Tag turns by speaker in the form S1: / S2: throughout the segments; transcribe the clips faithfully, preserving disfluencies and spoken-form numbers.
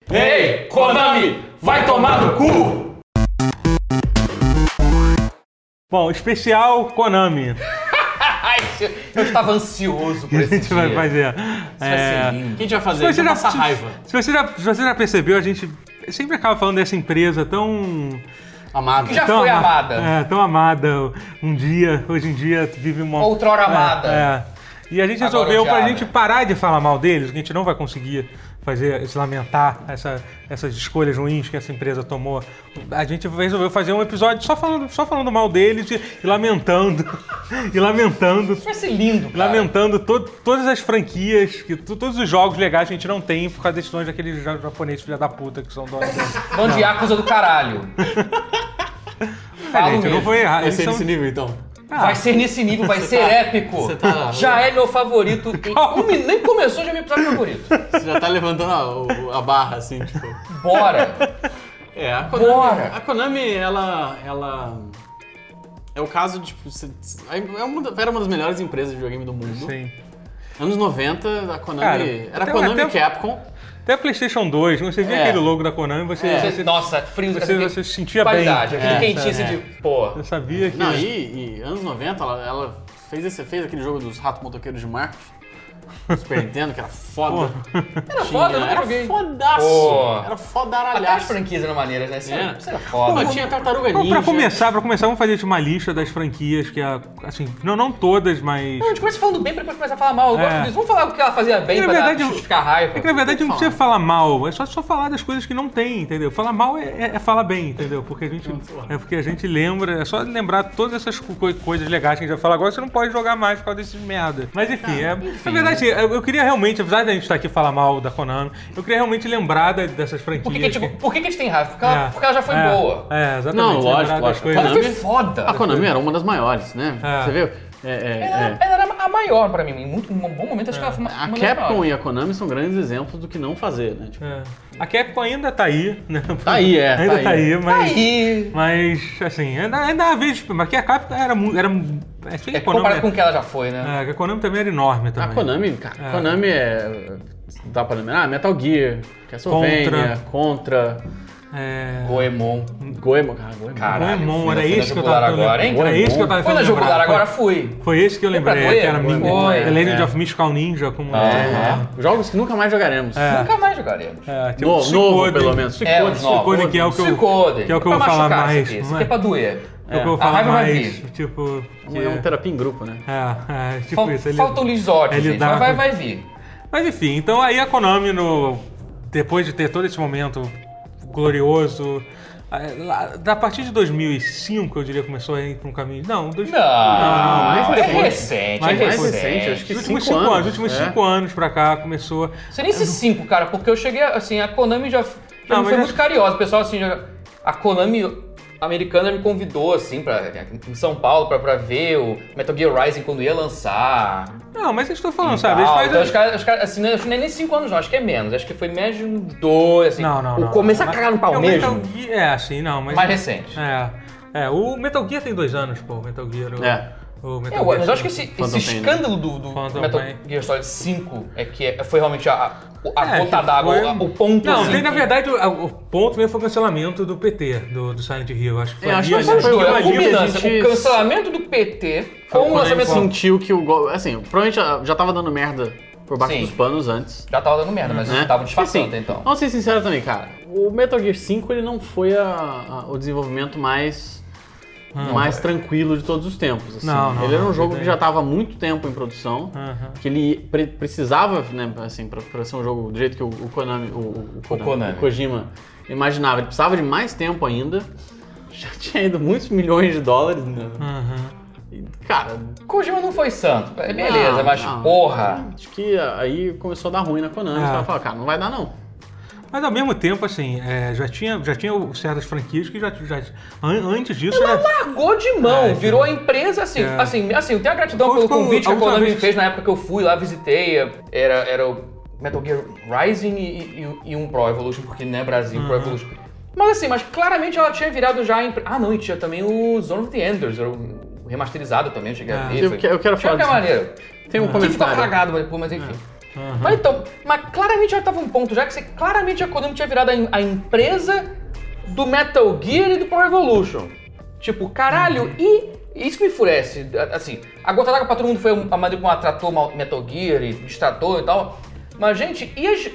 S1: Ei, Konami, vai tomar no cu!
S2: Bom, especial Konami.
S1: Eu estava ansioso por esse
S2: A gente
S1: dia.
S2: vai fazer.
S1: Isso
S2: é...
S1: vai ser lindo.
S3: O que a gente vai fazer?
S2: Se você,
S3: A gente vai
S2: já,
S3: passar
S2: se,
S3: raiva.
S2: se, você já, se você já percebeu, a gente sempre acaba falando dessa empresa tão...
S3: Amado.
S1: Que já
S2: tão
S1: foi
S2: ama-
S1: amada.
S2: É, tão amada. Um dia, hoje em dia, vive uma...
S1: Outrora amada.
S2: É, é. E a gente
S1: Agora
S2: resolveu, pra
S1: odiada.
S2: gente parar de falar mal deles, que a gente não vai conseguir fazer, se lamentar essa, essas escolhas ruins que essa empresa tomou. A gente resolveu fazer um episódio só falando, só falando mal deles e, e lamentando. E lamentando.
S1: Isso vai ser lindo,
S2: E
S1: cara.
S2: lamentando to- todas as franquias, que, to- todos os jogos legais que a gente não tem por causa das decisões daqueles ja- japoneses filha da puta que são donos. da-
S1: Bando de Yakuza do caralho.
S2: É,
S1: Falo
S2: gente, não
S1: mesmo.
S2: foi errado.
S3: Vai
S2: Eles
S3: ser
S2: são-
S3: nesse nível, então.
S1: Vai ser nesse nível, vai ser
S3: tá-
S1: épico.
S3: você tá-
S1: Já é meu favorito. Um min- nem começou, já é meu episódio favorito.
S3: Você já tá levantando a, o- a barra, assim, tipo...
S1: Bora.
S3: É, a Konami,
S1: Bora.
S3: a Konami, ela, ela... É o caso de, tipo... Você, é uma, da- era uma das melhores empresas de videogame do mundo.
S2: Sim.
S3: Anos noventa, a Konami...
S2: Cara,
S3: era
S2: até-
S3: Konami
S2: até-
S3: e Capcom.
S2: Até PlayStation dois, você via
S3: É.
S2: aquele logo da Konami, você,
S3: É.
S2: você,
S1: Nossa, frio.
S2: você,
S1: aquele-
S2: você se sentia
S1: qualidade,
S2: bem.
S1: aquele
S3: É,
S1: quentinho assim
S3: é.
S1: de... Pô.
S2: Você sabia que...
S3: Não, e, e anos noventa, ela, ela fez, esse, fez aquele jogo dos ratos motoqueiros de Marte. do Super Nintendo, que era foda.
S1: Era foda, eu nunca
S3: Era
S1: joguei.
S3: fodaço.
S1: Pô.
S3: Era
S1: Até as
S3: fodaralhaço.
S1: franquias eram maneiras, né? Isso era,
S3: É.
S1: isso era foda.
S3: Pô, tinha Tartaruga
S2: Bom,
S3: Ninja.
S2: pra começar, pra começar, vamos fazer uma lista das franquias que, a- assim, não, não todas, mas...
S1: Não, a gente começa falando bem pra depois começar a falar mal. Eu
S2: É.
S1: gosto disso. Vamos falar o que ela fazia bem
S2: É que,
S1: pra
S2: na
S1: dar-
S2: verdade,
S1: justificar a raiva.
S2: É que na verdade não
S3: Falar.
S2: precisa falar mal, é só, só falar das coisas que não tem, entendeu? Falar mal é, é- é falar bem, entendeu? Porque a gente, é porque a gente lembra, é só lembrar todas essas co- coisas legais que a gente vai falar agora, você não pode jogar mais por causa desses merda. Mas enfim, é, na verdade, eu, eu queria realmente, apesar de a gente estar aqui e falar mal da Konami, eu queria realmente lembrar da- dessas franquias.
S1: Por que, que, a gente- por que que a gente tem raiva? Porque ela,
S2: É,
S1: porque ela já foi
S2: é,
S1: boa.
S2: É, exatamente.
S3: Não,
S2: lembrar
S3: lógico,
S2: das
S3: lógico.
S2: coisas.
S1: Ela foi foda.
S3: A Konami era uma das maiores, né?
S2: É.
S3: Você viu? É, é,
S1: Ela,
S3: é.
S1: ela era a maior pra mim. Em muito, um bom momento, acho que ela foi uma,
S3: A
S1: uma das
S3: Capcom
S1: maiores.
S3: e a Konami são grandes exemplos do que não fazer, né? Tipo,
S2: É. A Capcom ainda tá aí, né?
S3: Tá aí, é,
S2: Ainda
S3: tá
S2: tá
S3: aí.
S2: aí, mas...
S1: Aí,
S2: Mas, assim, ainda, ainda às vezes... Mas que a Capcom era... mu- era é, tinha
S1: é
S2: a Konami,
S1: comparado com o que ela já foi, né?
S2: é, que a Konami também era enorme
S3: a
S2: também.
S3: Konami, cara,
S2: É.
S3: a Konami é... Dá pra lembrar? Ah, Metal Gear, Castlevania, Contra,
S2: É...
S1: Goemon.
S3: Goemon, cara, Goemon.
S1: Caralho,
S2: Goemon,
S1: fui
S2: era
S1: na- fui na
S2: esse que eu
S1: jugular
S2: tava
S1: agora, hein?
S2: Era esse que eu tava
S1: Foi na
S2: tentando
S1: jugular
S2: lembrar.
S1: agora,
S2: Foi,
S1: fui.
S2: foi esse que eu
S1: Foi pra
S2: lembrei, que era
S1: Goemon?
S2: Min-
S1: Foi,
S2: é Legend
S1: é.
S2: of Mystical Ninja, como...
S1: Aham.
S3: Jogos que nunca mais jogaremos.
S2: É.
S1: Nunca mais jogaremos.
S2: É, tipo,
S3: No-
S2: Suicoden.
S3: novo, pelo menos.
S1: É,
S3: Suicoden.
S1: os novos.
S2: Suicoden, que é o que eu-
S1: Suicoden.
S2: que é o que eu
S1: Pra
S2: vou falar
S1: machucar
S2: mais,
S1: Isso aqui, isso
S2: não
S1: aqui
S2: é?
S1: é pra doer.
S2: É o que eu vou
S1: A
S2: falar
S1: raiva vai
S2: mais,
S1: vir.
S2: tipo... que-
S3: É uma terapia em grupo, né?
S2: É, é, tipo
S1: Fal-
S2: isso. ele-
S1: Falta o Lizote,
S2: ele
S1: gente.
S2: dá-
S1: Mas vai, vai vir.
S2: Mas enfim, então aí a Konami, no, depois de ter todo esse momento glorioso, eh, lá- da partir de dois mil e cinco, eu diria, começou a ir para um caminho... Não, dois,
S1: Não,
S3: mais
S1: é
S3: depois.
S1: recente,
S2: Mais
S1: é
S2: depois.
S1: recente.
S3: acho que
S2: Os últimos
S3: cinco
S2: cinco anos,
S3: anos,
S2: os últimos
S3: é.
S2: cinco anos pra cá começou...
S1: Não sei nem se cinco, cara, porque eu cheguei, assim, a Konami já, já
S2: Não,
S1: me
S2: mas
S1: foi
S2: já-
S1: muito carinhosa. O pessoal, assim, já- a Konami americana me convidou, assim, pra, em São Paulo, pra, pra ver o Metal Gear Rising quando ia lançar.
S2: Não, mas eu estou falando,
S1: e
S2: sabe? Eles
S1: tal.
S2: fazem...
S1: Então, os caras, os caras, assim, não, acho que nem nem cinco anos, não, acho que é menos. Acho que foi menos de uns dois, assim.
S2: Não, não,
S1: o
S2: não.
S1: começar
S2: não.
S1: a cagar no pau
S2: É, o
S1: mesmo,
S2: Metal Gear, é, assim, não, mas...
S1: mais recente.
S2: É, é, o Metal Gear tem dois anos, pô, o Metal Gear. O,
S3: É.
S2: o Metal
S1: É,
S2: Gear
S1: mas eu acho que esse, esse
S3: Phantom Pain, né?
S1: escândalo do, do
S2: Phantom
S1: Metal
S2: Pain.
S1: Gear Solid cinco é que é- foi realmente a, a
S2: É,
S1: gota
S2: que
S1: d'água,
S2: foi-
S1: o- o ponto
S2: Não,
S1: assim,
S2: tem, na
S1: que-
S2: verdade, o, o ponto mesmo foi o cancelamento do P T, do, do Silent Hill. Acho que foi
S3: É,
S2: ali,
S3: acho que
S2: ali,
S3: foi
S2: acho
S3: os
S2: que
S3: dois,
S2: foi
S1: a
S3: a
S2: ali-
S3: gente-
S1: culminância, o cancelamento do P T com o
S2: Foi
S1: lançamento
S2: quando-
S3: Sentiu que o... go- Assim, provavelmente já, já tava dando merda por baixo
S1: Sim.
S3: dos panos antes.
S1: já tava dando merda, mas
S3: Né?
S1: tava disfarçando
S3: Assim,
S1: então.
S3: Vamos ser sinceros também, cara. O Metal Gear cinco ele não foi a- a- o desenvolvimento mais, mais tranquilo de todos os tempos. assim.
S2: Não, não,
S3: ele era um
S2: não,
S3: jogo
S2: ele
S3: que já estava há muito tempo em produção,
S2: Aham.
S3: que ele pre- precisava, né, assim, pra, pra ser um jogo do jeito que o, o Konami, o, o, o Konami,
S1: Konami.
S3: o Kojima imaginava. Ele precisava de mais tempo ainda. Já tinha ido muitos milhões de dólares, né?
S2: Aham.
S3: E, cara,
S1: Kojima não foi santo, é beleza,
S3: não,
S1: mas
S3: não.
S1: porra.
S3: Acho que aí começou a dar ruim na Konami.
S2: É.
S3: Os caras falaram, cara, não vai dar não.
S2: Mas ao mesmo tempo, assim, é, já tinha, já tinha certas franquias que já, já an- antes disso era...
S1: Largou de mão,
S2: É,
S1: virou a empresa assim.
S2: É.
S1: Assim, assim, eu tenho a gratidão
S2: Foi
S1: pelo
S2: como
S1: convite que
S2: a
S1: a
S2: última
S1: Konami
S2: vez
S1: me
S2: que-
S1: fez na época que eu fui lá, visitei. Era, era o Metal Gear Rising e, e- e um Pro Evolution, porque não é Brasil, Pro Evolution. Mas assim, mas claramente ela tinha virado já em... Ah, não, e tinha também o Zone of the Enders, era o remasterizado também, eu cheguei a
S2: É.
S1: ver.
S3: Eu
S1: foi-
S3: que- eu quero
S1: tinha
S3: falar
S1: qualquer
S3: disso.
S1: maneira.
S3: Tem um
S1: Que ficou
S3: comentário.
S1: cagado, mas, pô, mas enfim. Uhum. Mas então, mas claramente já tava um ponto já que você, claramente a Konami tinha virado a, a empresa do Metal Gear e do Pro Evolution. Tipo, caralho, uhum. e isso que me enfurece. Assim, a gota d'água pra todo mundo foi a maneira como ela tratou Metal Gear e destratou e tal. Mas, gente, e as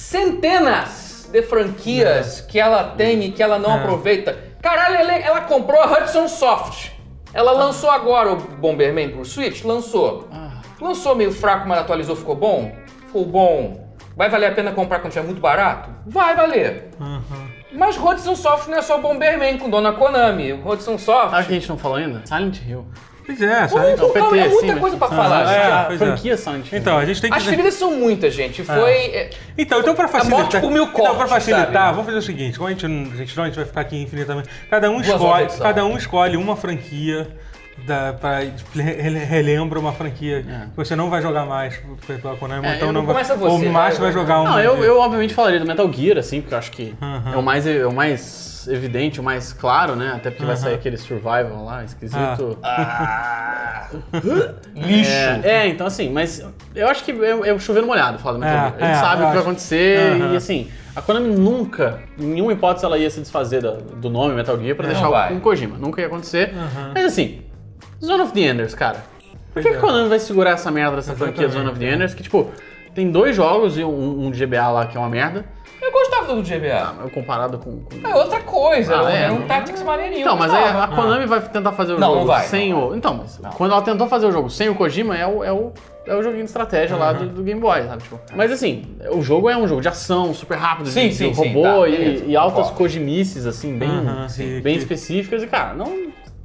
S1: centenas de franquias é. que ela tem e que ela não é. aproveita? Caralho, ela, ela comprou a Hudson Soft. Ela ah. lançou agora o Bomberman pro Switch? Lançou. Ah. Lançou meio fraco, mas atualizou, ficou bom? Ficou bom. Vai valer a pena comprar quando estiver muito barato? Vai valer. Uhum. Mas Hudson Soft não é só Bomberman com Dona Konami. Hudson Soft...
S3: Sabe o que a gente não falou ainda? Silent Hill.
S2: Pois é, Silent Hill.
S1: Calma, é muita sim, coisa pra ah, falar.
S2: É,
S1: a
S3: franquia Silent Hill.
S2: Então, a gente tem que...
S1: As feridas são muitas, gente. Foi...
S2: É. Então, então pra facilitar...
S1: A morte por mil cortes,
S2: então, pra facilitar,
S1: sabe?
S2: vamos fazer o seguinte. Como a gente, a gente não, a gente vai ficar aqui infinitamente... Cada um, escolhe, cada um escolhe uma franquia... Da, pra, relembra uma franquia é. que você não vai jogar mais pela Konami,
S1: é,
S2: então não vai,
S1: você,
S2: ou mais vai jogar um.
S3: Não, eu, eu obviamente falaria do Metal Gear, assim, porque eu acho que uhum. é, o mais, é o mais evidente, o mais claro, né? Até porque uhum. vai sair aquele Survival lá, esquisito. Ah.
S1: Lixo!
S3: É, é, então assim, mas eu acho que é, é chover no molhado falar do Metal Gear. A gente é, sabe o que vai acontecer uhum. e assim, a Konami nunca, em nenhuma hipótese, ela ia se desfazer do, do nome Metal Gear pra deixar o, um Kojima. Nunca ia acontecer. Uhum. Mas assim, Zone of the Enders, cara. Por que, que a Konami vai segurar essa merda dessa franquia Zone of the Enders? Que, tipo, tem dois jogos e um, um G B A lá que é uma merda.
S1: Eu gostava do G B A.
S3: Ah, comparado com, com...
S1: É outra coisa,
S3: ah,
S1: é,
S3: é
S1: um não... Tactics maneirinho.
S3: Então, mas aí a Konami ah. vai tentar fazer o
S1: não,
S3: jogo
S1: não vai,
S3: sem
S1: não.
S3: o... Então, mas não. quando ela tentou fazer o jogo sem o Kojima, é o, é o, é o joguinho de estratégia uhum. lá do, do Game Boy, sabe? Tipo, mas assim, o jogo é um jogo de ação, super rápido,
S1: sim,
S3: de,
S1: sim,
S3: de robô
S1: sim, tá,
S3: e, e altas Kojimices, assim, bem,
S2: uhum,
S3: sim, bem que... específicas. E, cara, não...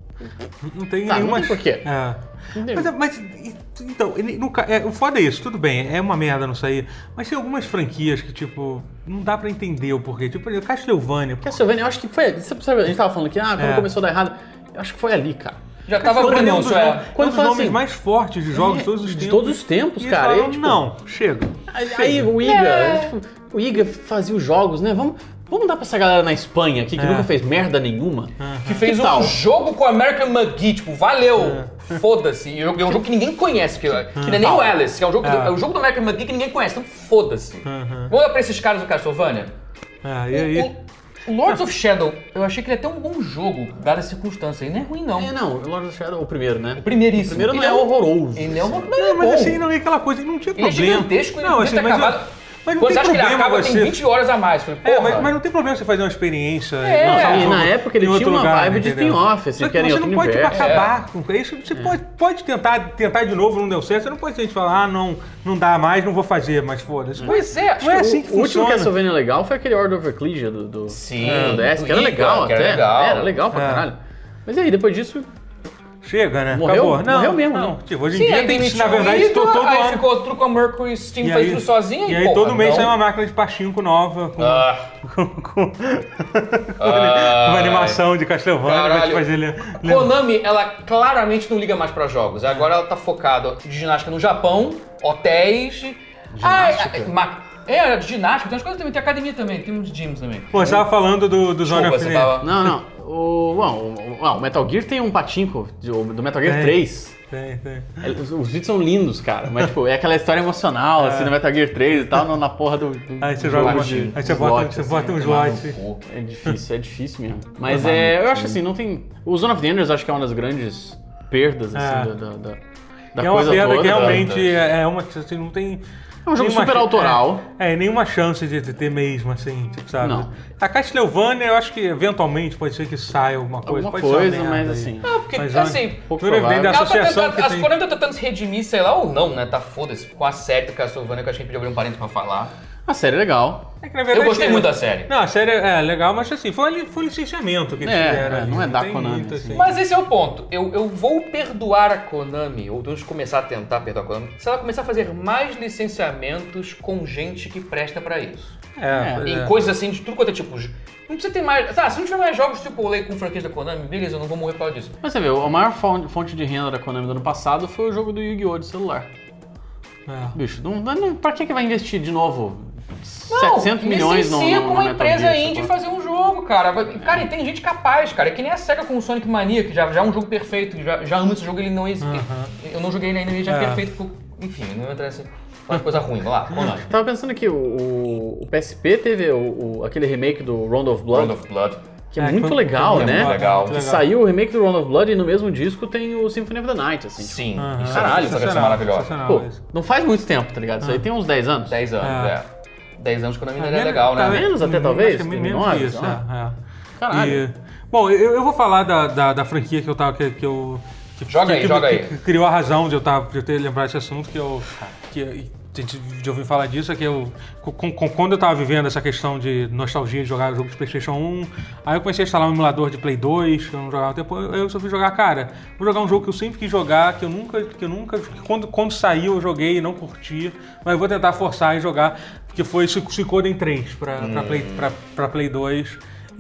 S2: Não tem
S3: tá,
S2: nenhuma...
S3: Não tem porquê.
S2: É. Mas, mas, então, no, é, o foda é isso, tudo bem, é uma merda não sair, mas tem algumas franquias que, tipo, não dá pra entender o porquê. Tipo, Castlevania.
S3: Castlevania, eu acho que foi... A gente tava falando aqui, ah, quando é. começou a dar errado, eu acho que foi ali, cara.
S1: Já tava pronto, é.
S2: Quando um dos nomes assim, mais fortes de jogos de todos os
S3: de
S2: tempos.
S3: De todos os tempos, cara.
S2: Falam,
S3: aí, tipo,
S2: não, chega.
S3: Aí,
S2: chega.
S3: aí o Iga, é. tipo, o Iga fazia os jogos, né? Vamos... Vamos dar pra essa galera na Espanha aqui, que é. nunca fez merda nenhuma. Uhum.
S1: Que fez que um tal? jogo com o American McGee, tipo, valeu, é. foda-se. É um jogo que ninguém conhece, que, uhum. que não é nem o Alice, que é o jogo, é. Do, é o jogo do American McGee que ninguém conhece, então foda-se. Uhum. Vamos dar pra esses caras do Castlevania?
S2: É, e aí?
S1: O, o Lords of Shadow, eu achei que ele ia ter um bom jogo, dada a circunstância, e não é ruim não.
S3: É, não, o Lords of Shadow é o primeiro, né?
S1: O primeiríssimo.
S3: O primeiro não
S1: ele
S3: é horroroso.
S1: Ele é horroroso,
S2: não, mas assim, não é aquela coisa, não tinha problema.
S1: Ele é gigantesco e
S2: não,
S1: ele
S2: assim,
S1: ter acabado...
S2: Eu... Mas não
S1: Quando
S2: tem
S1: você acha que ele acaba,
S2: você...
S1: tem vinte horas a mais. Falei,
S2: é, mas, mas não tem problema você fazer uma experiência.
S1: É,
S3: não, e na época ele tinha uma
S2: lugar,
S3: vibe de spin-off, assim, que era em
S2: você
S3: outro
S2: não pode
S3: universo.
S2: acabar é. com isso. Você é. pode, pode tentar, tentar de novo, não deu certo. Você não pode simplesmente falar, ah, não, não dá mais, não vou fazer, mas foda-se.
S1: Pois é,
S2: não é assim que
S3: o, funciona. O último
S2: Castlevania
S3: legal foi aquele Order of Ecclesia do, do,
S1: Sim,
S3: do D S, que era legal
S1: que
S3: até.
S1: Era legal,
S3: era legal pra é. caralho. Mas e aí, depois disso...
S2: Chega, né?
S3: Morreu?
S2: Acabou. Não,
S3: morreu mesmo,
S2: não.
S3: Né?
S2: Tipo, hoje em Sim, dia tem, na verdade,
S1: ido,
S2: todo, todo
S1: aí
S2: ano...
S1: ficou tudo com a Mercury Steam, e fez aí, tudo sozinha e,
S2: e aí
S1: porra,
S2: todo mês
S1: não.
S2: sai uma máquina de pachinko nova com,
S1: ah.
S2: com, com, ah, uma animação de Castlevania pra te fazer ler.
S1: Konami, ela claramente não liga mais pra jogos. Agora ela tá focada de ginástica no Japão, hotéis...
S3: Ginástica?
S1: Ah, é, é, de ginástica, tem umas coisas também, tem academia também, tem uns gyms também.
S2: Pô, você tava falando do, do Zone of the
S1: tava...
S3: Não, não. O, bom, o, o, o Metal Gear tem um patinco do Metal Gear
S2: tem,
S3: três.
S2: Tem, tem.
S3: Os, os vídeos são lindos, cara. Mas, tipo, é aquela história emocional, é. assim, do Metal Gear três e tal, na porra do. do
S2: aí você joga uma,
S3: de,
S2: aí você bota, slot, você assim, bota um slot.
S3: É difícil, é difícil mesmo. Mas é, eu acho assim, não tem. O Zone of the Enders acho que é uma das grandes perdas, assim,
S2: é.
S3: da, da, da, da
S2: é
S3: coisa
S2: uma perda
S3: toda.
S2: que realmente da, é uma que assim, não tem.
S3: É um jogo super autoral.
S2: É, é, nenhuma chance de ter mesmo, assim, tipo, sabe?
S3: Não.
S2: A Castlevania, eu acho que eventualmente pode ser que saia alguma coisa.
S3: Alguma
S2: pode
S3: coisa,
S2: ser
S3: mas aí. assim...
S1: Não, porque,
S2: mas,
S1: assim...
S3: Pouco
S2: da associação
S1: tá tentando,
S2: que
S1: as
S2: tem...
S1: Konami tá tentando se redimir, sei lá, ou não, né? Tá foda-se. Com a série do Castlevania, que eu acho que a gente podia abrir um parênteses pra falar.
S3: A série é legal.
S2: É que, na verdade,
S1: eu gostei
S2: é...
S1: muito da série.
S2: Não, a série é legal, mas assim, foi, foi licenciamento que eles
S3: é,
S2: fizeram.
S3: É, não é da Konami.
S2: Muito, assim.
S1: Mas esse é o ponto. Eu, eu vou perdoar a Konami, ou vamos começar a tentar perdoar a Konami, se ela começar a fazer mais licenciamentos com gente que presta pra isso.
S2: É,
S1: Em
S2: é.
S1: coisas assim, de tudo quanto é tipo... Não precisa ter mais... Ah, se não tiver mais jogos tipo Lei com franquias da Konami, beleza, eu não vou morrer por causa disso.
S3: Mas você vê, a maior fonte de renda da Konami do ano passado foi o jogo do Yu-Gi-Oh! De celular.
S2: É.
S3: Bicho, não, não, pra que, que vai investir de novo
S1: não,
S3: setecentos milhões no, no,
S1: licencia
S3: no
S1: pra uma
S3: Metal
S1: empresa
S3: Gear,
S1: indie fazer um jogo, cara. Cara, e tem gente capaz, cara. É que nem a SEGA com o Sonic Mania, que já, já é um jogo perfeito. Já, já amo esse jogo, ele não existe. Uhum. Eu não joguei ele ainda, ele já é, é perfeito. Enfim, não entra nessa... Faz coisa ruim, vamos lá, vamos lá.
S3: Tava pensando que o, o P S P teve o, o, aquele remake do Round of Blood.
S1: Round of Blood.
S3: Que é, é muito legal,
S1: é
S3: né?
S1: Muito legal.
S3: Que saiu o remake do Round of Blood e no mesmo disco tem o Symphony of the Night, assim.
S1: Sim.
S3: Tipo,
S1: uhum.
S3: Caralho,
S1: essa versão maravilhosa.
S3: Pô, não faz muito tempo, tá ligado? Isso
S2: uhum.
S3: aí tem uns dez anos.
S1: dez anos, é. é. dez anos quando a menina
S3: é
S1: era legal, né?
S3: Tá menos até, talvez?
S2: Menos isso, é, é.
S3: Caralho.
S2: E, bom, eu, eu vou falar da, da, da franquia que eu tava... Que, que eu, que,
S1: joga
S2: que,
S1: aí, joga
S2: que,
S1: aí.
S2: Que criou a razão de eu, tava, de eu ter lembrado desse assunto, que eu... Que, a gente já ouviu falar disso, é que eu, com, com, quando eu tava vivendo essa questão de nostalgia de jogar jogo de PlayStation um, aí eu comecei a instalar um emulador de Play dois, que eu não jogava tempo, eu, eu resolvi jogar, cara, vou jogar um jogo que eu sempre quis jogar, que eu nunca, que eu nunca, que quando, quando saiu eu joguei e não curti, mas eu vou tentar forçar e jogar, que foi Suikoden três pra, hum. pra, Play, pra, pra Play dois.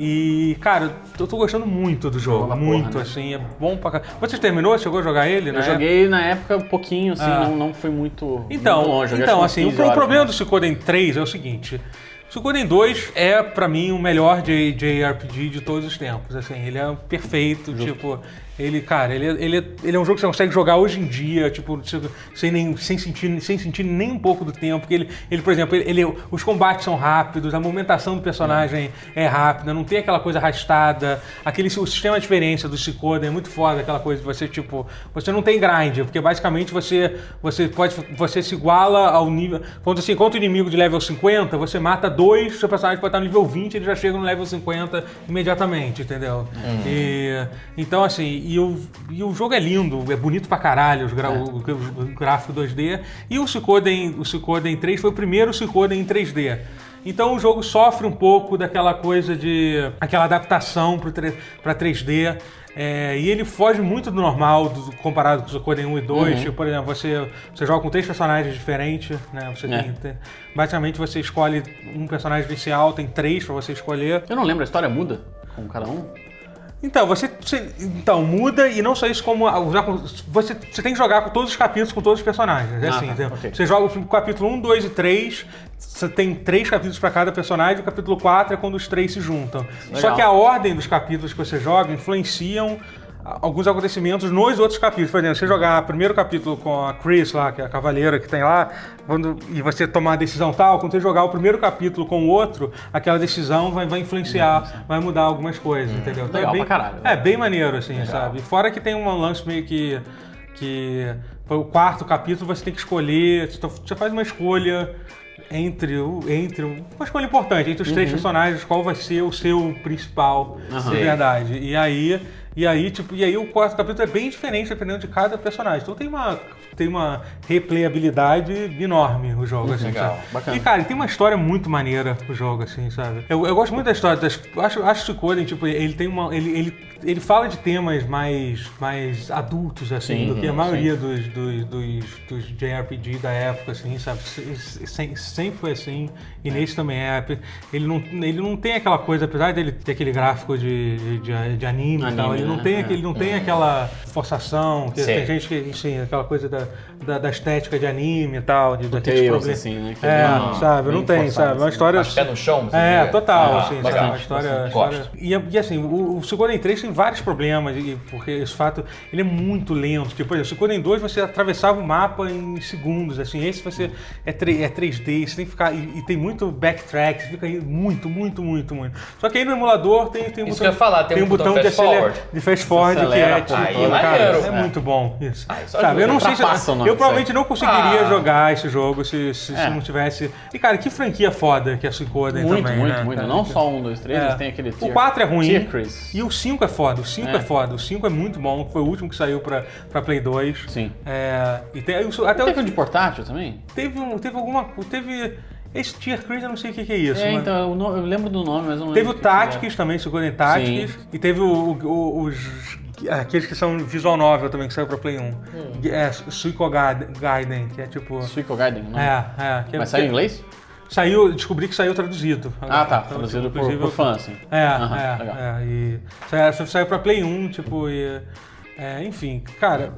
S2: E, cara, eu tô gostando muito do jogo, Boa muito, porra, né? Assim, é bom pra caralho. Você terminou? Chegou a jogar ele, né?
S3: Eu joguei na época um pouquinho, assim, ah. não, não fui muito,
S2: então,
S3: muito longe.
S2: Então, assim, o, o problema do Suikoden três é o seguinte... Suikoden dois é, pra mim, o melhor J R P G de todos os tempos, assim, ele é perfeito, Justo. tipo... Ele, cara, ele, ele, ele é um jogo que você consegue jogar hoje em dia, tipo, sem, nem, sem, sentir, sem sentir nem um pouco do tempo. Porque ele, ele por exemplo, ele, ele, os combates são rápidos, a movimentação do personagem é, é rápida, não tem aquela coisa arrastada. Aquele, o sistema de experiência do Suikoden é muito foda, aquela coisa de você, tipo, você não tem grind, porque basicamente você, você pode, você se iguala ao nível... Quando você encontra o inimigo de level cinquenta, você mata dois, seu personagem pode estar no nível vinte, ele já chega no level cinquenta imediatamente, entendeu? Uhum. E, então, assim... E o, e o jogo é lindo, é bonito pra caralho, os gra, é. o, o, o gráfico dois D. E o Suikoden, o Suikoden três foi o primeiro Suikoden em três D. Então o jogo sofre um pouco daquela coisa de... aquela adaptação para três D. É, e ele foge muito do normal do, comparado com o Suikoden um e dois. Uhum. Tipo, por exemplo, você, você joga com três personagens diferentes, né? Você é. tem, tem, basicamente você escolhe um personagem inicial, tem três pra você escolher.
S3: Eu não lembro, a história muda com cada um?
S2: Então, você, você então, muda e não só isso, como você, você tem que jogar com todos os capítulos, com todos os personagens. É ah, assim, tá, okay. Você joga o capítulo um, dois e três, você tem três capítulos para cada personagem, o capítulo quatro é quando os três se juntam. Legal. Só que a ordem dos capítulos que você joga influenciam alguns acontecimentos nos outros capítulos. Por exemplo, você jogar o primeiro capítulo com a Chris lá, que é a cavaleira que tem lá, quando, e você tomar a decisão tal, quando você jogar o primeiro capítulo com o outro, aquela decisão vai, vai influenciar, vai mudar algumas coisas, hum, entendeu? Então
S3: legal
S2: é bem,
S3: pra caralho.
S2: É bem maneiro, assim, legal. Sabe? Fora que tem um lance meio que... que o quarto capítulo você tem que escolher, você faz uma escolha entre o entre uma escolha importante entre os uhum. três personagens, qual vai ser o seu principal, uhum. de verdade. E aí e aí tipo e aí o quarto capítulo é bem diferente dependendo de cada personagem. Então tem uma tem uma replayabilidade enorme o jogo, assim,
S3: legal,
S2: sabe?
S3: Bacana.
S2: E cara, tem uma história muito maneira o jogo, assim, sabe? Eu, eu gosto muito da história, das, acho acho que o Suikoden, tipo, ele tem uma ele, ele ele fala de temas mais mais adultos, assim, sim, do que a maioria dos, dos, dos, dos J R P G da época, assim, sabe? Sem, sempre foi assim, e é. nesse também é. Ele não, ele não tem aquela coisa, apesar dele ter aquele gráfico de, de, de anime, anime e tal, ele não, né? tem, aquele, não tem aquela forçação, que tem gente que, sim, aquela coisa da, da, da estética de anime e tal, de daqueles problemas.
S3: Assim, né? Que
S2: é, não, sabe, não tem, sabe? Assim. Uma história...
S1: Acho que é no chão, assim,
S2: é, total,
S1: ah,
S2: assim, sabe? Uma história... história... E, e assim, o, o Suikoden três tem vários problemas, porque esse fato, ele é muito lento. Tipo, por exemplo, o Suikoden dois você atravessava o mapa em segundos, assim, esse você é, é três D, você tem que ficar... E, e tem muito backtrack, você fica aí muito, muito, muito, muito. Só que aí no emulador tem, tem um
S1: isso
S2: botão...
S1: Que eu ia falar, tem,
S2: tem
S1: um
S2: botão, botão de, acelera, de fast forward, que é tipo...
S1: Aí,
S2: cara,
S1: é,
S2: é muito bom isso.
S1: Ah,
S2: sabe, eu não sei se...
S3: Não,
S2: eu provavelmente não conseguiria
S1: ah.
S2: jogar esse jogo se, se,
S3: é.
S2: se não tivesse... E cara, que franquia foda que é a Suikoden
S3: muito,
S2: também,
S3: Muito,
S2: né,
S3: muito,
S2: muito.
S3: Não só um, dois, três,
S2: é.
S3: eles têm aquele tier,
S2: o quatro é ruim.
S3: Tier Chris.
S2: E o cinco é foda, o cinco é. é foda. O cinco é muito bom, foi o último que saiu pra, pra Play dois.
S3: Sim.
S2: É, e tem, até
S3: teve um de portátil também?
S2: Teve, um, teve alguma... Teve... Esse Tier Chris eu não sei o que, que é isso.
S3: É,
S2: mas...
S3: então, eu, eu lembro do nome, mas eu não
S2: teve
S3: lembro.
S2: Teve o Tactics também, Suikoden Tactics. Sim. E teve o, o, os... aqueles que são visual novel também, que saiu pra Play um. Hum. É, Suikogaiden, que é tipo...
S3: Suikogaiden, não?
S2: É, é. Que
S3: mas
S2: é,
S3: saiu em inglês?
S2: Saiu, descobri que saiu traduzido.
S3: Ah, tá. Então, traduzido tipo, por, por fã, assim.
S2: É,
S3: uhum,
S2: é,
S3: legal.
S2: é. E saiu, saiu pra Play um, tipo, e... É, enfim, cara,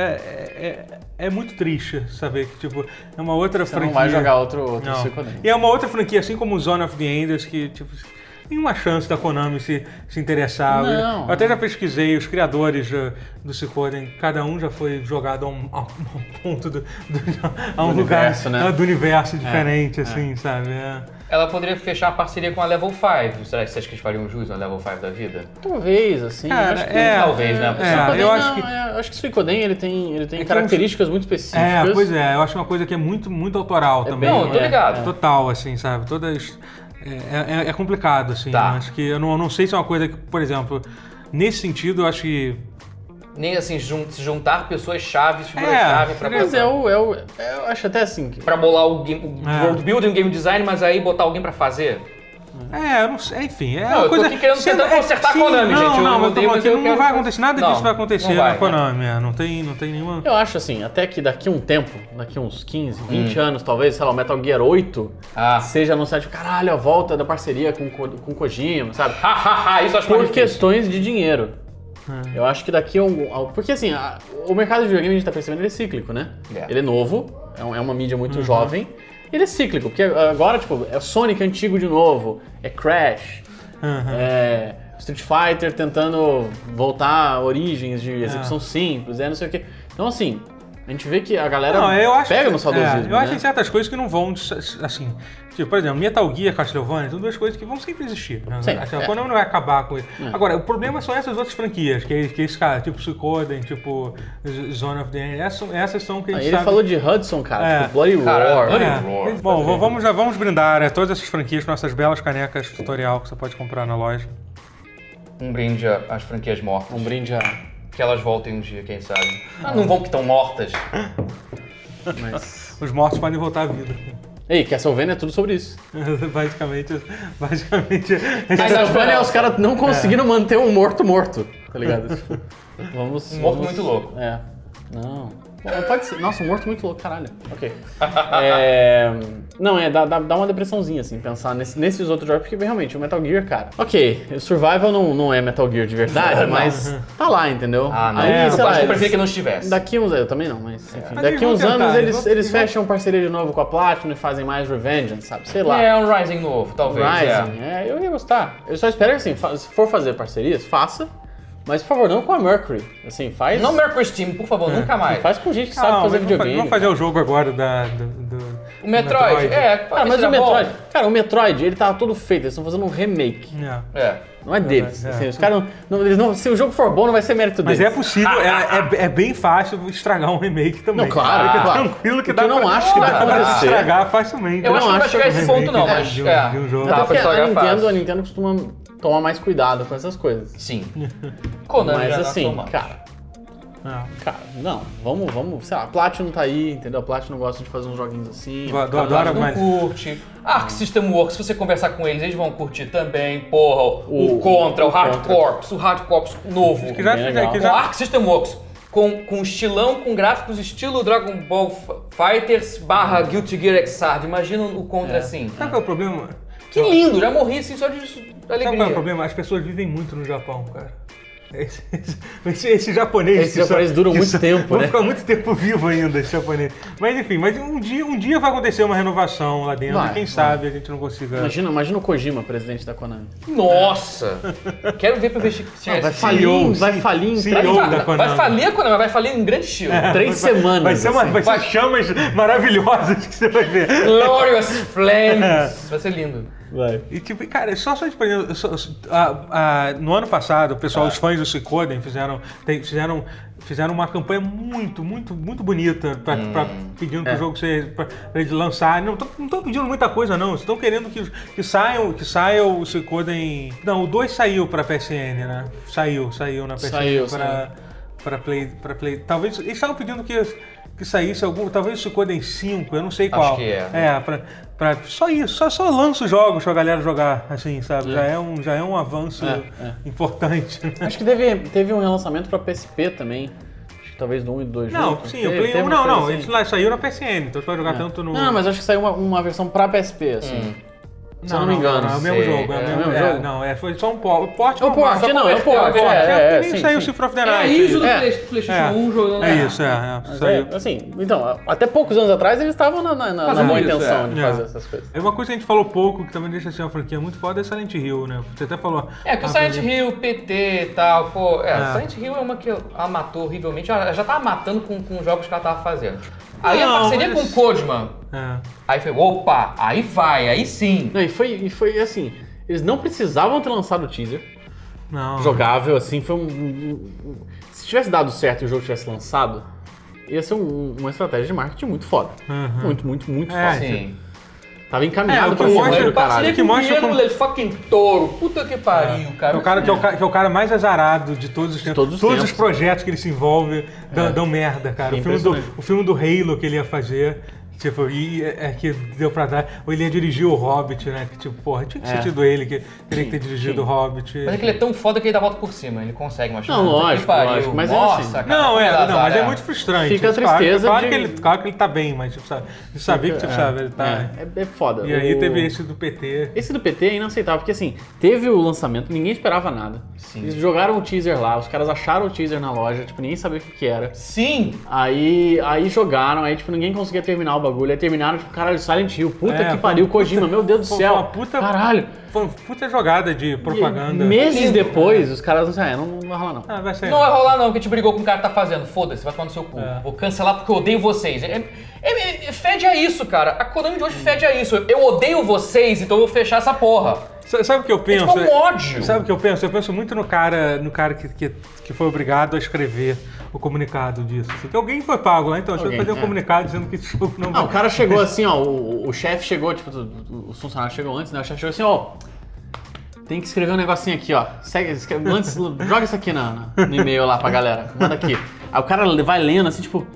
S2: é, é, é muito triste saber que, tipo, é uma outra
S3: Você
S2: franquia...
S3: não vai jogar outro, outro Suikoden.
S2: E é uma outra franquia, assim como o Zone of the Enders, que, tipo... nenhuma chance da Konami se, se interessar.
S3: Não.
S2: Eu até já pesquisei, os criadores uh, do Suikoden, cada um já foi jogado a um, a um ponto do, do, a um
S3: do
S2: lugar
S3: universo, né?
S2: do universo diferente,
S3: é,
S2: assim,
S3: é.
S2: sabe? É.
S1: Ela poderia fechar a parceria com a Level cinco. Será que vocês que eles fariam jus na Level cinco da vida?
S3: Talvez, assim.
S2: Cara,
S3: acho que
S2: é,
S1: talvez, né?
S2: É,
S3: Suikoden,
S2: eu acho
S3: não,
S2: que...
S3: é, acho que o Suikoden ele tem, ele tem
S2: É que
S3: características muito específicas.
S2: É, pois é, eu acho uma coisa que é muito, muito autoral
S3: É
S2: também.
S3: bem-
S1: Não, eu tô
S3: é,
S1: ligado.
S2: Total, assim, sabe? Todas... É, é, é complicado, assim.
S1: Tá.
S2: Eu acho que eu não, eu não sei se é uma coisa que, por exemplo, nesse sentido, eu acho que...
S1: Nem assim, jun se juntar pessoas chaves, figuras
S2: É,
S1: chave pra
S3: Mas
S1: botar-
S3: é o, é o. Eu acho até assim que.
S1: pra bolar o, game, o
S2: É.
S1: world building, o game design, mas aí botar alguém pra fazer.
S2: É, eu não sei, enfim, é
S1: Não,
S2: uma
S1: eu tô
S2: coisa...
S1: aqui querendo
S2: Você-
S1: tentar
S2: é,
S1: consertar a
S2: sim,
S1: Konami,
S2: não,
S1: gente. Eu
S2: Não, mas eu tô
S1: odeio,
S2: falando
S1: mas
S2: que
S1: eu
S2: não
S1: quero-
S2: vai acontecer, nada
S1: Não,
S2: disso vai acontecer
S1: não vai,
S2: na
S1: né?
S2: Konami, é, não tem, não tem nenhuma...
S3: Eu acho assim, até que daqui a um tempo, daqui a uns quinze, vinte
S1: Hum.
S3: anos, talvez, sei lá, o Metal Gear oito
S1: Ah.
S3: seja anunciado, tipo, caralho, a volta da parceria com com com Kojima, sabe?
S1: Hahaha, isso eu acho
S3: Por
S1: mais difícil.
S3: questões de dinheiro. Eu acho que daqui a um. ao- Porque assim, a- o mercado de videogame, a gente tá percebendo, ele é cíclico, né?
S1: É.
S3: Ele é novo, é, um- é uma mídia muito jovem. Ele é cíclico, porque agora, tipo, é Sonic antigo de novo, é Crash,
S2: Uhum.
S3: é Street Fighter tentando voltar a origens de execução simples, é não sei o quê. Então, assim, a gente vê que a galera
S2: Não, eu acho
S3: pega
S2: que-
S3: no saudosismo,
S2: é, eu acho que
S3: né?
S2: tem certas coisas que não vão, assim... Tipo, por exemplo, Metal Gear, Castlevania, são duas coisas que vão sempre existir. Né?
S3: Sim,
S2: Acho que a
S3: é.
S2: Konami não vai acabar com isso. Agora, o problema são essas outras franquias, que, que esse cara, tipo Suikoden, tipo Zone of the End, essas, essas são que a
S3: Aí
S2: gente
S3: ele
S2: sabe...
S3: falou de Hudson, cara,
S2: É.
S3: tipo, Bloody
S1: Cara,
S3: Roar.
S1: Bloody
S2: É.
S1: Roar.
S2: Bom, v- vamos, já vamos brindar é, todas essas franquias com essas belas canecas tutorial que você pode comprar na loja.
S1: Um brinde a- às franquias mortas.
S3: Um brinde a...
S1: Que elas voltem um dia, quem sabe. Ah, não vão que estão mortas.
S3: Mas...
S2: Os mortos podem voltar à vida.
S3: Ei, Castlevania é tudo sobre isso.
S2: basicamente, basicamente...
S3: Castlevania é os caras não conseguiram manter um morto morto, tá ligado? Tipo, vamos...
S1: Um morto
S3: vamos-
S1: muito louco.
S3: É. Não. Bom, pode ser. Nossa, um morto muito louco, caralho. Ok. É... Não, é, dá, dá, dá uma depressãozinha, assim, pensar nesse- nesses outros jogos, porque realmente o Metal Gear, cara. Ok, o Survival não, não é Metal Gear de verdade, mas tá lá, entendeu?
S1: Ah, não.
S3: Aí,
S1: eu
S3: sei
S1: acho
S3: lá,
S1: que eu
S3: eles-
S1: preferia que não estivesse.
S3: Daqui uns... Eu também não, mas enfim.
S2: Mas
S3: Daqui
S2: eles vão
S3: uns
S2: tentar,
S3: anos
S2: eles
S3: eles,
S2: vão-
S3: eles
S2: eles vão-
S3: fecham parceria de novo com a Platinum e fazem mais Revengeance, sabe? Sei lá.
S1: É, um Rising novo, talvez.
S3: Rising,
S1: É.
S3: é, eu ia gostar. Eu só espero que, assim, fa- se for fazer parcerias, faça. Mas, por favor, não com a Mercury. Assim, faz...
S1: Não Mercury Steam, por favor, nunca mais.
S3: Faz com gente que sabe
S2: Não,
S3: fazer
S2: mas vamos fa-
S3: videogame.
S2: Vamos fazer o jogo agora da, do, do-
S1: O Metroid,
S2: Metroid.
S1: é.
S3: Cara, mas o Metroid... Cara, o Metroid, ele tava todo feito. Eles estão fazendo um remake.
S2: É.
S1: É.
S3: Não é deles.
S2: É.
S3: Assim, os caras não, não, eles não... Se o jogo for bom, não vai ser mérito
S2: Mas
S3: deles.
S2: é possível, é, é, é bem fácil estragar um remake também.
S3: Não, claro,
S2: Fica
S3: claro.
S2: tranquilo que
S3: O
S2: dá
S3: que eu não
S2: pra,
S3: acho que vai
S2: dá pra
S3: acontecer.
S2: estragar facilmente.
S1: Eu acho que não vai
S3: acho
S1: chegar a esse
S2: um
S1: ponto, não,
S2: remake
S1: mas.
S2: de um-
S1: é.
S2: de um jogo.
S1: Dá
S3: Até
S1: pra
S3: porque a
S1: estragar
S3: Nintendo,
S1: fácil.
S3: a Nintendo costuma tomar mais cuidado com essas coisas.
S1: Sim. Konami
S3: Mas
S1: já
S3: assim,
S1: não toma.
S3: cara...
S2: É.
S3: Cara, não, vamos, vamos, sei lá, a Platinum tá aí, entendeu? A Platinum gosta de fazer uns joguinhos assim.
S2: Eu adoro-
S3: Cara,
S2: adoro
S1: Não
S2: mas-
S1: curte. Arc System Works, se você conversar com eles, eles vão curtir também. Porra, o,
S3: O-
S1: Contra, o,
S3: o
S1: Hard
S3: Contra.
S1: Corps, o Hard Corps novo.
S2: Que já,
S3: Bem legal.
S2: que
S1: Com
S2: já,
S1: Arc System Works, com, com estilão, com gráficos estilo Dragon Ball Fighters barra Guilty Gear Xrd. Imagina o Contra
S3: É.
S1: assim.
S2: sabe qual é o problema?
S1: Que lindo, já morri assim só de
S2: Sabe qual é o
S1: alegria.
S2: problema? As pessoas vivem muito no Japão, cara. Esse, esse, esse japonês.
S3: Esse
S2: que
S3: japonês dura
S2: que
S3: muito tempo,
S2: vão
S3: né?
S2: ficar muito tempo vivo ainda, esse japonês. Mas enfim, mas um dia, um dia vai acontecer uma renovação lá dentro.
S3: Vai,
S2: e quem
S3: vai.
S2: sabe a gente não consiga.
S3: Imagina, imagina o Kojima, presidente da Konami.
S1: Nossa! Quero ver pra ver se
S3: Vai
S1: se-
S3: falir,
S2: C E O,
S3: vai falir em
S2: C E O
S3: três,
S1: Vai,
S2: da
S1: fa-
S2: Konami.
S1: vai falir a Konami, vai falir em grande estilo.
S3: três
S2: Vai-
S3: semanas.
S2: Vai ser, uma,
S3: assim.
S2: vai ser
S1: Vai-
S2: chamas maravilhosas que você vai ver.
S1: Glorious Flames! Vai ser lindo.
S3: Vai.
S2: E tipo, cara, só só de eu só- a- a- no ano passado, o pessoal, os fãs do Suikoden fizeram, tem- fizeram, fizeram uma campanha muito, muito, muito bonita pra, pra- pedindo pro
S3: É.
S2: jogo ser, pra, pra eles lançarem. Não estão pedindo muita coisa, não. Estão querendo que, que saiam, que saia o Suikoden. Não, o dois saiu pra P S N, né? Saiu, saiu na P S N
S3: Saiu,
S2: pra, pra Play, pra Play. Talvez eles estavam pedindo que que saísse algum, talvez o Suikoden cinco, eu não sei qual.
S1: Acho que é.
S2: É, pra, pra, só isso, só, só lança os jogos pra galera jogar, assim, sabe? Já, é um, já é um avanço
S3: É, é.
S2: importante.
S3: Acho que teve, teve um relançamento pra P S P também. Acho que talvez do um e do dois
S2: Não,
S3: juntos.
S2: sim, o
S3: Teve-
S2: Play
S3: teve
S2: um,
S3: uma
S2: não,
S3: coisa
S2: não,
S3: assim.
S2: ele lá saiu na P S N, então você pode jogar
S3: É.
S2: tanto no...
S3: Não, mas acho que saiu uma, uma versão pra P S P, assim.
S1: Hum.
S3: Se eu não me engano.
S2: Não, é o mesmo jogo. É o mesmo jogo. Não, é, foi só um port. O port
S3: é o port, não, é o port.
S2: É, nem saiu o Symphony of the Night.
S1: É isso do PlayStation um jogando.
S2: É isso, é.
S3: Saiu. Assim, então, até poucos anos atrás eles estavam na boa intenção de fazer essas coisas.
S2: É uma coisa que a gente falou pouco, que também deixa assim uma franquia muito foda, é Silent Hill, né? Você até falou...
S1: É, que o Silent Hill, P T e tal, pô... É, Silent Hill é uma que ela matou horrivelmente. Ela já tava matando com os jogos que ela tava fazendo. Aí não, a parceria mas... com o Kojima, é. aí foi, opa, aí vai, aí sim.
S3: Não, e foi, e foi assim, eles não precisavam ter lançado o teaser.
S2: Não.
S3: Jogável, assim, foi um, um, um... Se tivesse dado certo e o jogo tivesse lançado, ia ser um, uma estratégia de marketing muito foda. Uhum. Muito, muito, muito
S2: é,
S3: foda.
S1: Sim.
S3: Tava encaminhado
S2: é,
S3: pra ser do caralho.
S1: Que mostra como... ele fucking touro. Puta que pariu,
S2: é.
S1: cara.
S2: O cara que é o, cara que é o cara mais azarado de todos os tempos.
S3: Todos os,
S2: todos
S3: tempos.
S2: os projetos que ele se envolve dão, é. dão merda, cara. O filme, do, o filme do Halo que ele ia fazer... Tipo, e é que deu pra dar. Ou ele ia dirigir o Hobbit, né? Que tipo, porra, tinha que ser tido ele, que teria que ter dirigido sim. o Hobbit.
S1: Mas é que ele é tão foda que ele dá a volta por cima, ele consegue, mas
S3: não, lógico, lógico, mas
S1: nossa,
S3: assim,
S1: cara,
S2: não, é, não, mas é muito frustrante.
S3: Fica a tristeza
S2: claro,
S3: de...
S2: claro, que ele, claro que ele tá bem, mas tipo, sabe, de saber que tipo,
S3: é,
S2: sabe, ele tá...
S3: É, é foda.
S2: E aí
S3: o...
S2: teve esse do P T.
S3: Esse do P T é inaceitável, porque assim, teve o lançamento, ninguém esperava nada. Sim. Eles jogaram o teaser lá, os caras acharam o teaser na loja, tipo, ninguém sabia o que que era.
S1: Sim!
S3: Aí, aí jogaram, aí tipo, ninguém conseguia terminar o bagulho, aí terminaram, tipo, caralho, Silent Hill, puta é, que pariu, Kojima, meu Deus do céu.
S2: Foi uma puta,
S3: caralho.
S2: Foi uma puta jogada de propaganda.
S3: E meses depois, os caras não sei, ah, não, não vai rolar não.
S2: Ah, vai ser.
S1: Não vai rolar não, que a gente brigou com o cara que tá fazendo, foda-se, vai tomar no seu cu. É. Vou cancelar porque eu odeio vocês. É, é, é, fede a isso, cara. A Konami de hoje fede a isso. Eu odeio vocês, então eu vou fechar essa porra.
S2: Sabe o que eu penso?
S1: É tipo um ódio.
S2: Sabe o que eu penso? Eu penso muito no cara, no cara que, que, que foi obrigado a escrever o comunicado disso. Assim, que alguém foi pago lá, então a gente vai fazer um é. comunicado dizendo que esse jogo não
S3: Não,
S2: vai...
S3: o cara chegou assim, ó, o, o chefe chegou, tipo, os funcionários chegou antes, né? O chefe chegou assim, ó, tem que escrever um negocinho aqui, ó. Segue, escreve, antes, joga isso aqui na, na, no e-mail lá pra galera. Manda aqui. Aí o cara vai lendo assim, tipo...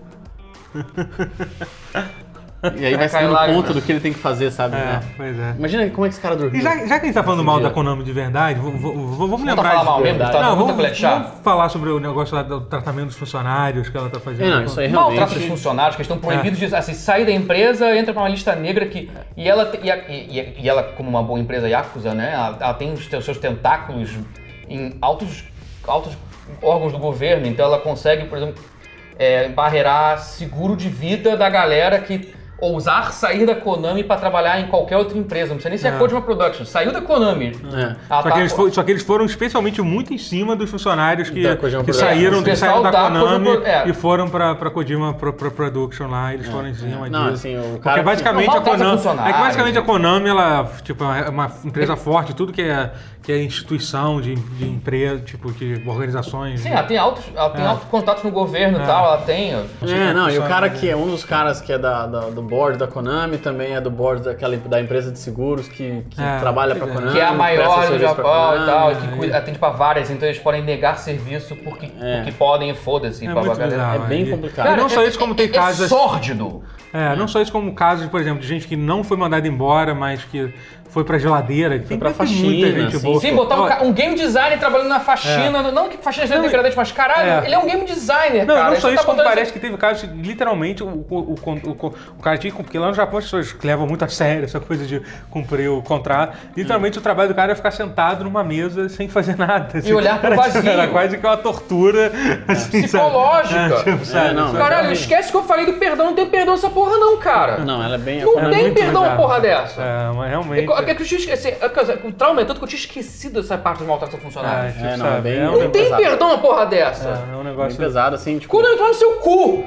S3: E aí vai se dando conta do que ele tem que fazer, sabe?
S2: É,
S3: né?
S2: Pois é.
S3: Imagina como é que esse cara dormiu.
S2: E já, já que a gente tá falando mal da Konami de verdade, vamos, vamos lembrar
S1: falar
S2: de
S1: mal mesmo, tá
S2: não,
S1: vamos,
S2: vamos, vamos falar sobre o negócio lá do tratamento dos funcionários que ela tá fazendo.
S3: É, não, isso aí realmente...
S1: Maltrato dos funcionários, que estão proibidos é. de assim, sair da empresa, entra pra uma lista negra que... E ela, e, e, e ela como uma boa empresa Yakuza, né? Ela, ela tem os seus tentáculos em altos, altos órgãos do governo, então ela consegue, por exemplo, é, barreirar seguro de vida da galera que... ousar sair da Konami pra trabalhar em qualquer outra empresa. Não precisa nem ser é. a Kojima Productions. Saiu da Konami.
S2: É. Só, tá... que eles for, só que eles foram especialmente muito em cima dos funcionários que, que saíram, que saíram da, da Konami é. e foram pra, pra Kojima pro, pro Production lá. Eles é. foram em cima
S3: é.
S2: disso.
S3: Não, assim, o cara
S2: Porque basicamente não, a Konami... É que basicamente
S1: né?
S2: a Konami, ela tipo, é uma empresa forte, tudo que é, que é instituição de, de empresa, tipo, de organizações.
S1: Sim,
S2: de...
S1: ela tem altos, ela tem é. altos contatos no governo e é. tal, ela tem...
S3: É, não, e o cara que é um dos caras que é da, da, do board da Konami, também é do board daquela, da empresa de seguros que, que é, trabalha pra Konami.
S1: Que é a maior do Japão e tal, que cuida, atende pra várias, então eles podem negar serviço porque, é. porque podem e foda-se.
S2: É,
S1: pra
S2: muito bizarro,
S3: é bem complicado.
S2: Cara, e não só
S1: é,
S2: isso, como tem
S1: é,
S2: casos...
S1: É sórdido.
S2: É, não só isso como casos, por exemplo, de gente que não foi mandada embora, mas que foi pra geladeira, que
S3: foi pra faxina,
S2: muita gente
S3: assim.
S2: boa.
S1: Sim, botar um, um game designer trabalhando na faxina, é. não que faxina seja degradante, mas caralho, é. ele é um game designer,
S2: não,
S1: cara.
S2: Não só isso,
S1: tá
S2: como parece que teve casos, literalmente, o, o, o, o, o cara tinha, porque lá no Japão as pessoas levam muito a sério essa coisa de cumprir o contrato, literalmente hum. o trabalho do cara é ficar sentado numa mesa sem fazer nada. Assim.
S1: E olhar pro vazio.
S2: Era quase que uma tortura,
S1: é. assim, psicológica. É, tipo, sabe, é, não, caralho, é esquece que eu falei do perdão, não tem perdão essa porra não, cara.
S3: Não, ela é bem...
S1: Não
S3: é
S1: tem perdão uma porra dessa.
S2: É, mas realmente...
S1: É, é que eu tinha esquecido, o trauma é tanto que eu tinha esquecido essa parte dos maltratos funcionários.
S2: É,
S3: é, não, é bem,
S1: não
S3: bem
S1: tem
S3: pesado.
S1: perdão uma porra dessa.
S2: É, é um negócio...
S3: Bem pesado, assim, tipo...
S1: Quando eu entrar no seu cu,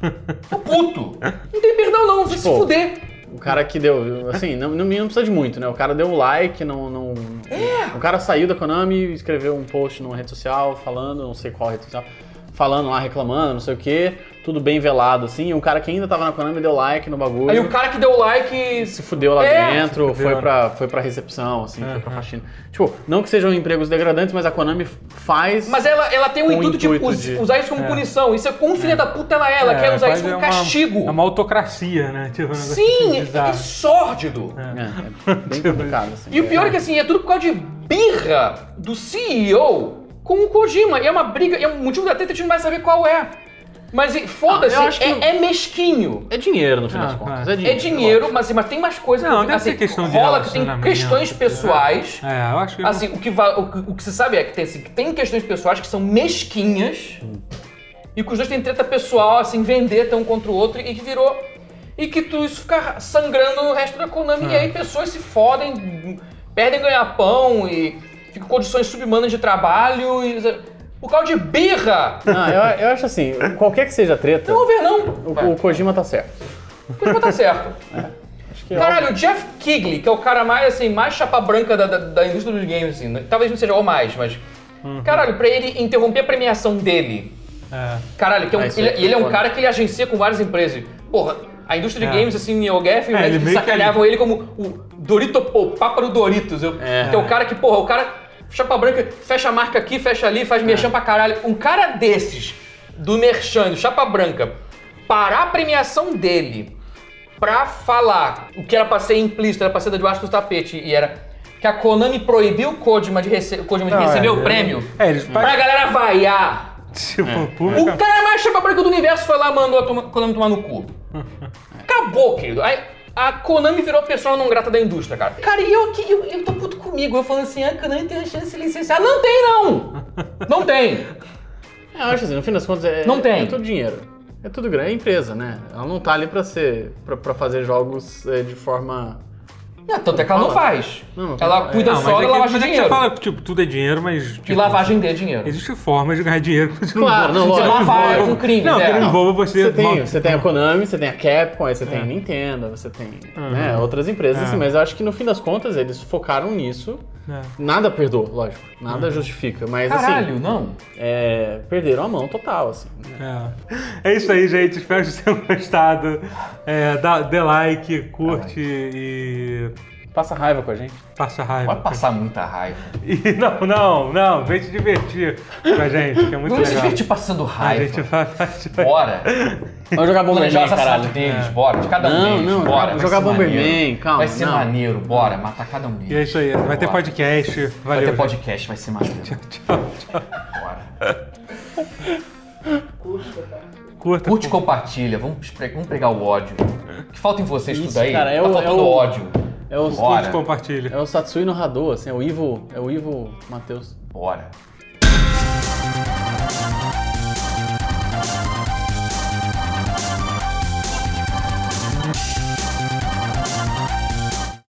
S1: o puto, não tem perdão não, você tipo, se fuder.
S3: O cara que deu, assim, não, não, não precisa de muito, né? O cara deu um like, não... não
S1: é.
S3: O cara saiu da Konami, escreveu um post numa rede social falando, não sei qual rede social, falando lá, reclamando, não sei o quê, tudo bem velado, assim, e um cara que ainda tava na Konami deu like no bagulho.
S1: Aí o cara que deu like...
S3: Se fudeu lá
S1: é.
S3: dentro, foi pra, foi pra recepção, assim, uhum. foi pra faxina. Tipo, não que sejam empregos degradantes, mas a Konami faz...
S1: Mas ela, ela tem o intuito,
S3: intuito
S1: de,
S3: de
S1: usar isso como é. punição. Isso é como filha é. da puta ela é, ela é, quer usar isso como
S2: é uma,
S1: castigo.
S2: É uma autocracia, né? Tipo, um
S1: Sim, é, é sórdido.
S3: É, é bem complicado, assim.
S1: E o pior é que, assim, é tudo por causa de birra do C E O com o Kojima. E é uma briga, e é um motivo da treta, a gente não vai saber qual é. Mas foda-se,
S3: ah, que...
S1: é, é mesquinho.
S3: É dinheiro, no fim
S2: ah,
S3: das contas.
S2: É,
S1: é dinheiro, é dinheiro mas, mas tem mais coisas
S2: não,
S1: que
S2: deve
S1: assim,
S2: ser questão de
S1: rola que tem questões pessoais.
S2: É, é eu acho que...
S1: Assim, o que, va... o, que, o que se sabe é que tem, assim, que tem questões pessoais que são mesquinhas hum. e que os dois têm treta pessoal, assim, vendetta um contra o outro e que virou... E que tu, isso fica sangrando o resto da Konami. É. E aí pessoas se fodem, perdem ganha-pão e ficam em condições subhumanas de trabalho e... Por causa de birra!
S3: Não, eu, eu acho assim, qualquer que seja a treta...
S1: Não vou ver, não.
S3: O, o Kojima tá certo.
S1: O Kojima tá certo. É. Acho que Caralho, é o Jeff Keighley, que é o cara mais, assim, mais chapa branca da, da, da indústria dos games, assim, talvez não seja o mais, mas... Uhum. Caralho, pra ele interromper a premiação dele... É. Caralho, que é um, ele, ele é um cara que ele agencia com várias empresas. Porra... A indústria de é. games, assim, NeoGaf, é, eles sacaneavam ele... ele como o Dorito, o Páparo Doritos, eu, é. que é o cara que, porra, o cara, chapa branca, fecha a marca aqui, fecha ali, faz merchan é. pra caralho. Um cara desses, do merchan, do chapa branca, parar a premiação dele pra falar o que era pra ser implícito, era pra ser debaixo do tapete, e era que a Konami proibiu o Kojima de, rece Kojima de Não, receber é, o prêmio é, eles pra a galera vaiar.
S2: Tipo,
S1: é. O cara mais chapa branca do universo foi lá e mandou a Konami tomar no cu. Acabou, querido. Aí, a Konami virou a pessoa não grata da indústria, cara. Cara, e eu aqui, eu, eu tô puto comigo. Eu falando assim, a Konami tem a chance de se licenciar. Não tem, não! Não tem!
S3: É, eu acho assim, no fim das contas, é,
S1: não tem.
S3: é tudo dinheiro. É tudo grande. É empresa, né? Ela não tá ali pra ser, pra, pra fazer jogos é, de forma...
S1: É, tanto é que ela não faz. Não, não ela cuida
S2: não,
S1: só da lavagem de dinheiro.
S2: Você fala, tipo, tudo é dinheiro, mas... Tipo,
S1: e lavagem de dinheiro.
S2: Existe formas de ganhar dinheiro.
S3: Claro, não,
S1: você lavagem com crime.
S2: Não,
S1: é.
S2: que não envolva você...
S3: Você tem, você tem a Konami, você tem a Capcom, aí você é. tem a Nintendo, você tem uhum. né, outras empresas, é. assim, mas eu acho que no fim das contas eles focaram nisso. É. Nada perdoa, lógico. Nada uhum. justifica, mas
S1: Caralho,
S3: assim...
S1: não.
S3: É, perderam a mão total, assim.
S2: Né? É. é isso aí, gente. Espero que vocês tenham gostado. É, dá, dê like, curte ah, e...
S3: Passa raiva com a gente.
S2: Passa raiva.
S1: Vai passar muita raiva.
S2: E não, não, não. Vem te divertir com a gente, que é muito
S1: Vamos
S2: legal.
S1: Vamos se divertir passando raiva.
S2: A gente vai... vai...
S1: Bora.
S3: Vamos jogar Bomberman, caralho.
S1: deles, é. bora. De cada um
S3: não,
S1: deles,
S3: não,
S1: bora.
S3: Vamos jogar Bomberman, calma.
S1: Vai ser
S3: não.
S1: maneiro, bora. Matar cada um deles.
S2: E é isso aí. Vai bora. ter podcast. Valeu,
S1: vai ter
S2: gente.
S1: podcast, vai ser maneiro.
S2: Tchau, tchau, tchau.
S1: Bora.
S2: Curta,
S1: Curte e compartilha. Vamos, vamos pegar o ódio. O que falta em vocês
S3: isso,
S1: tudo aí?
S3: Cara, é
S1: tá
S3: o,
S1: faltando
S3: é o...
S1: ódio.
S3: É o
S2: Curte, compartilha.
S3: É o Satsui no Hadou, assim, é o Ivo, é o Ivo Matheus.
S1: Bora.